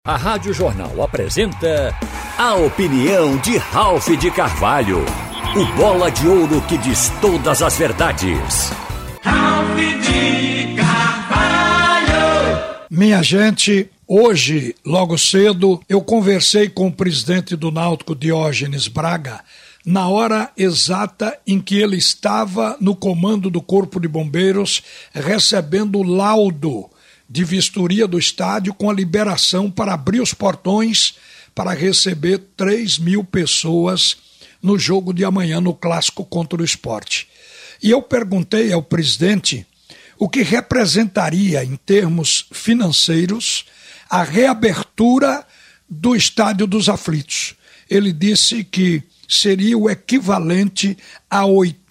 A Rádio Jornal apresenta a opinião de Ralph de Carvalho, o bola de ouro que diz todas as verdades. Ralph de Carvalho. Minha gente, hoje, logo cedo, eu conversei com o presidente do Náutico, Diógenes Braga, na hora exata em que ele estava no comando do Corpo de Bombeiros, recebendo o laudo de vistoria do estádio com a liberação para abrir os portões para receber 3.000 pessoas no jogo de amanhã no Clássico contra o Sport. E eu perguntei ao presidente o que representaria em termos financeiros a reabertura do Estádio dos Aflitos. Ele disse que seria o equivalente a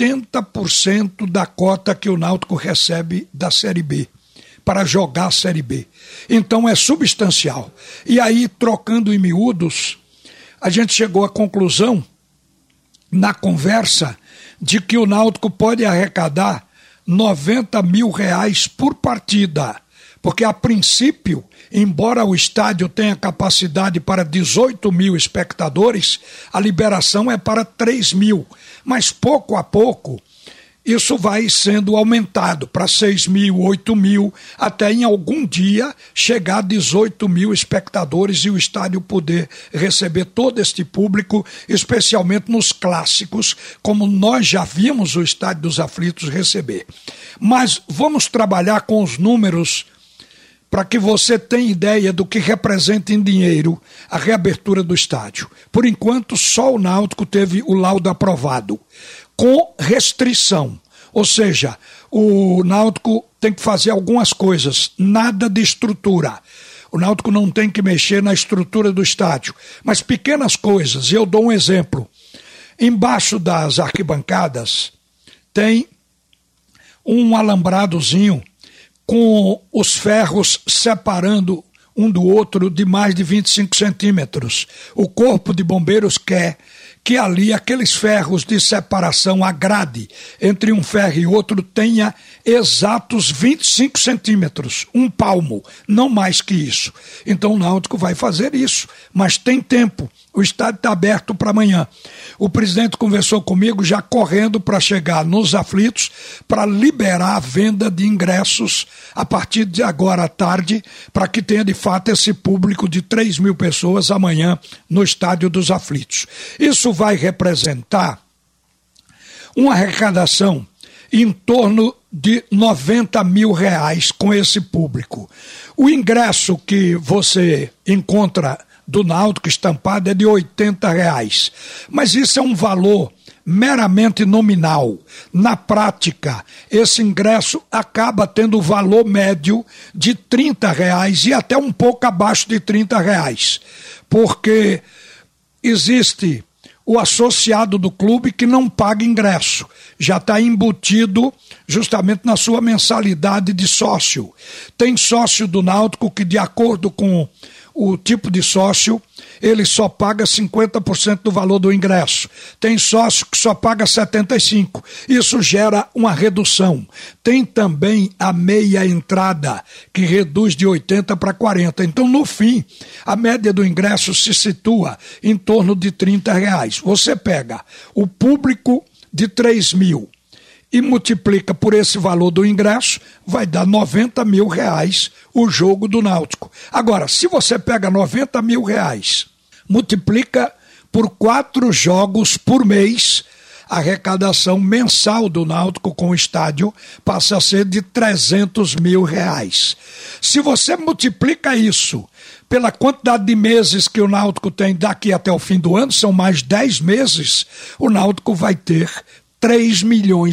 80% da cota que o Náutico recebe da Série B, para jogar a Série B. Então é substancial. E aí, trocando em miúdos, a gente chegou à conclusão, na conversa, de que o Náutico pode arrecadar R$90 mil por partida. Porque, a princípio, embora o estádio tenha capacidade para 18 mil espectadores, a liberação é para 3 mil. Mas, pouco a pouco, isso vai sendo aumentado para 6 mil, 8 mil, até em algum dia chegar a 18 mil espectadores e o estádio poder receber todo este público, especialmente nos clássicos, como nós já vimos o Estádio dos Aflitos receber. Mas vamos trabalhar com os números para que você tenha ideia do que representa em dinheiro a reabertura do estádio. Por enquanto, só o Náutico teve o laudo aprovado, com restrição, ou seja, o Náutico tem que fazer algumas coisas, nada de estrutura. O Náutico não tem que mexer na estrutura do estádio, mas pequenas coisas, e eu dou um exemplo. Embaixo das arquibancadas tem um alambradozinho com os ferros separando um do outro de mais de 25 centímetros. O Corpo de Bombeiros quer que ali aqueles ferros de separação, a grade entre um ferro e outro, tenha exatos 25 centímetros, um palmo, não mais que isso. Então o Náutico vai fazer isso, mas tem tempo, o estádio está aberto para amanhã. O presidente conversou comigo já correndo para chegar nos Aflitos, para liberar a venda de ingressos a partir de agora à tarde, para que tenha de fato esse público de 3 mil pessoas amanhã no Estádio dos Aflitos. Isso vai representar uma arrecadação em torno de R$90 mil com esse público. O ingresso que você encontra do Náutico estampado é de R$80, mas isso é um valor meramente nominal. Na prática, esse ingresso acaba tendo o valor médio de R$30 e até um pouco abaixo de R$30, porque existe o associado do clube que não paga ingresso, já está embutido justamente na sua mensalidade de sócio. Tem sócio do Náutico que, de acordo com o tipo de sócio, ele só paga 50% do valor do ingresso. Tem sócio que só paga 75%. Isso gera uma redução. Tem também a meia entrada, que reduz de 80 para 40. Então, no fim, a média do ingresso se situa em torno de R$30. Você pega o público de 3 mil e multiplica por esse valor do ingresso, vai dar R$90 mil o jogo do Náutico. Agora, se você pega R$90 mil, multiplica por 4 jogos por mês, a arrecadação mensal do Náutico com o estádio passa a ser de R$300 mil. Se você multiplica isso pela quantidade de meses que o Náutico tem daqui até o fim do ano, são mais 10 meses, o Náutico vai ter R$3 milhões.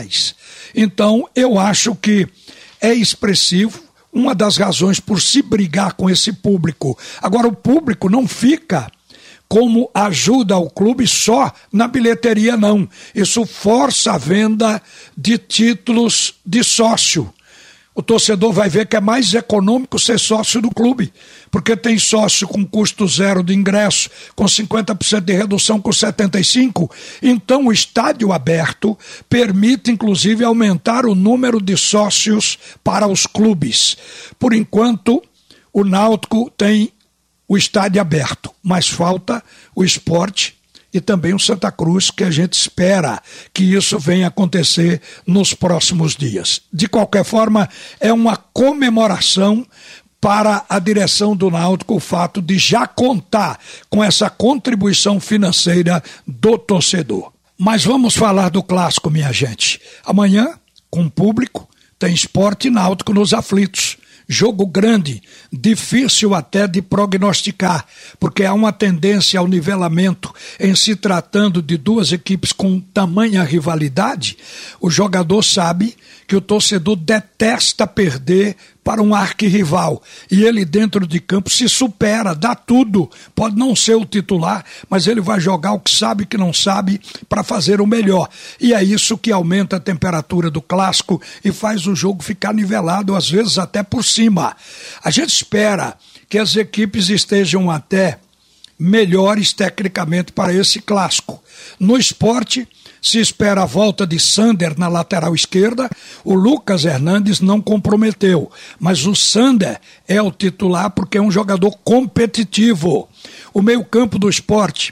Então, eu acho que é expressivo, uma das razões por se brigar com esse público. Agora, o público não fica como ajuda ao clube só na bilheteria, não. Isso força a venda de títulos de sócio. O torcedor vai ver que é mais econômico ser sócio do clube, porque tem sócio com custo zero de ingresso, com 50% de redução com 75%. Então o estádio aberto permite inclusive aumentar o número de sócios para os clubes. Por enquanto, o Náutico tem o estádio aberto, mas falta o Sport e também o Santa Cruz, que a gente espera que isso venha acontecer nos próximos dias. De qualquer forma, é uma comemoração para a direção do Náutico o fato de já contar com essa contribuição financeira do torcedor. Mas vamos falar do clássico, minha gente. Amanhã, com público, tem Sport e Náutico nos aflitos. Jogo grande, difícil até de prognosticar, porque há uma tendência ao nivelamento em se tratando de duas equipes com tamanha rivalidade. O jogador sabe que o torcedor detesta perder para um arquirrival, e ele dentro de campo se supera, dá tudo, pode não ser o titular, mas ele vai jogar o que sabe que não sabe para fazer o melhor, e é isso que aumenta a temperatura do clássico e faz o jogo ficar nivelado, às vezes até por cima. A gente espera que as equipes estejam até melhores tecnicamente para esse clássico. No Sport, se espera a volta de Sander na lateral esquerda. O Lucas Hernandes não comprometeu, mas o Sander é o titular porque é um jogador competitivo. O meio-campo do Sport,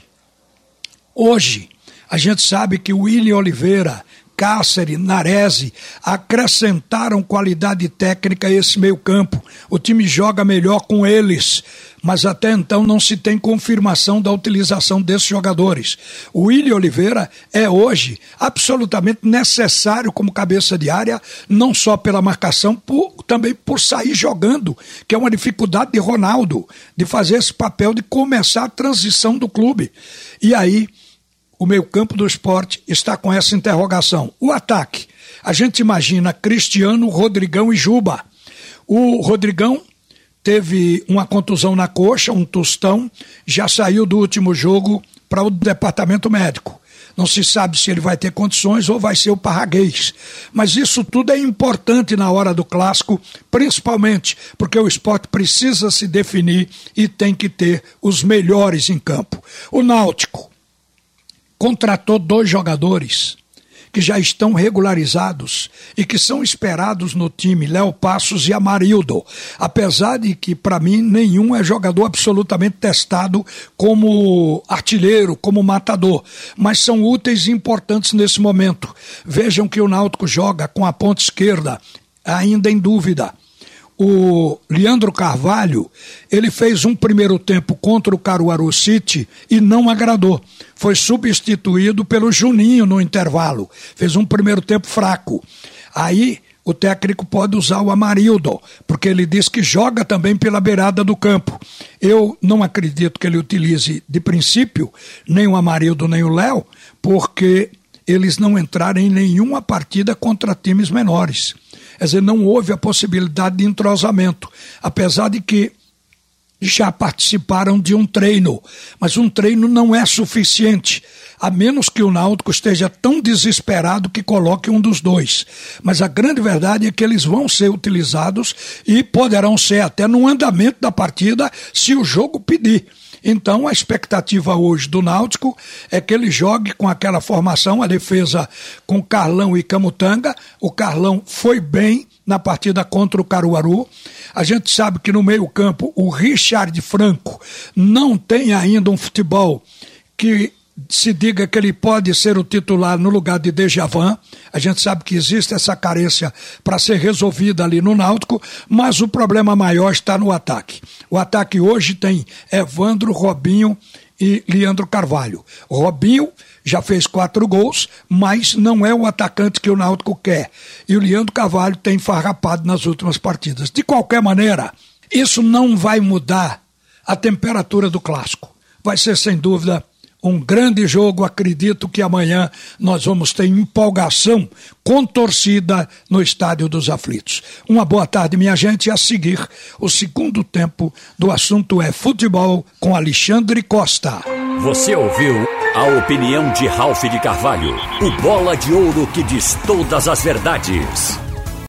hoje, a gente sabe que o William Oliveira, Cáceres, Nares acrescentaram qualidade técnica a esse meio-campo. O time joga melhor com eles, mas até então não se tem confirmação da utilização desses jogadores. O William Oliveira é hoje absolutamente necessário como cabeça de área, não só pela marcação, também por sair jogando, que é uma dificuldade de Ronaldo, de fazer esse papel de começar a transição do clube. E aí, o meio-campo do Sport está com essa interrogação. O ataque, a gente imagina Cristiano, Rodrigão e Juba. O Rodrigão teve uma contusão na coxa, um tostão, já saiu do último jogo para o departamento médico. Não se sabe se ele vai ter condições ou vai ser o Parraguês. Mas isso tudo é importante na hora do clássico, principalmente porque o Sport precisa se definir e tem que ter os melhores em campo. O Náutico contratou 2 jogadores que já estão regularizados e que são esperados no time, Léo Passos e Amarildo, apesar de que para mim nenhum é jogador absolutamente testado como artilheiro, como matador, mas são úteis e importantes nesse momento. Vejam que o Náutico joga com a ponta esquerda ainda em dúvida. O Leandro Carvalho, ele fez um primeiro tempo contra o Caruaru City e não agradou. Foi substituído pelo Juninho no intervalo. Fez um primeiro tempo fraco. Aí o técnico pode usar o Amarildo, porque ele diz que joga também pela beirada do campo. Eu não acredito que ele utilize de princípio nem o Amarildo nem o Léo, porque eles não entraram em nenhuma partida contra times menores. Quer dizer, não houve a possibilidade de entrosamento, apesar de que já participaram de um treino, mas um treino não é suficiente, a menos que o Náutico esteja tão desesperado que coloque um dos 2. Mas a grande verdade é que eles vão ser utilizados e poderão ser até no andamento da partida, se o jogo pedir. Então a expectativa hoje do Náutico é que ele jogue com aquela formação, a defesa com Carlão e Camutanga. O Carlão foi bem na partida contra o Caruaru. A gente sabe que no meio-campo o Richard Franco não tem ainda um futebol que se diga que ele pode ser o titular no lugar de Djavan. A gente sabe que existe essa carência para ser resolvida ali no Náutico, mas o problema maior está no ataque. O ataque hoje tem Evandro, Robinho e Leandro Carvalho. O Robinho já fez 4 gols, mas não é o atacante que o Náutico quer. E o Leandro Carvalho tem farrapado nas últimas partidas. De qualquer maneira, isso não vai mudar a temperatura do clássico. Vai ser, sem dúvida, um grande jogo. Acredito que amanhã nós vamos ter empolgação com torcida no Estádio dos Aflitos. Uma boa tarde, minha gente. A seguir, o segundo tempo do Assunto é Futebol com Alexandre Costa. Você ouviu a opinião de Ralph de Carvalho, o bola de ouro que diz todas as verdades.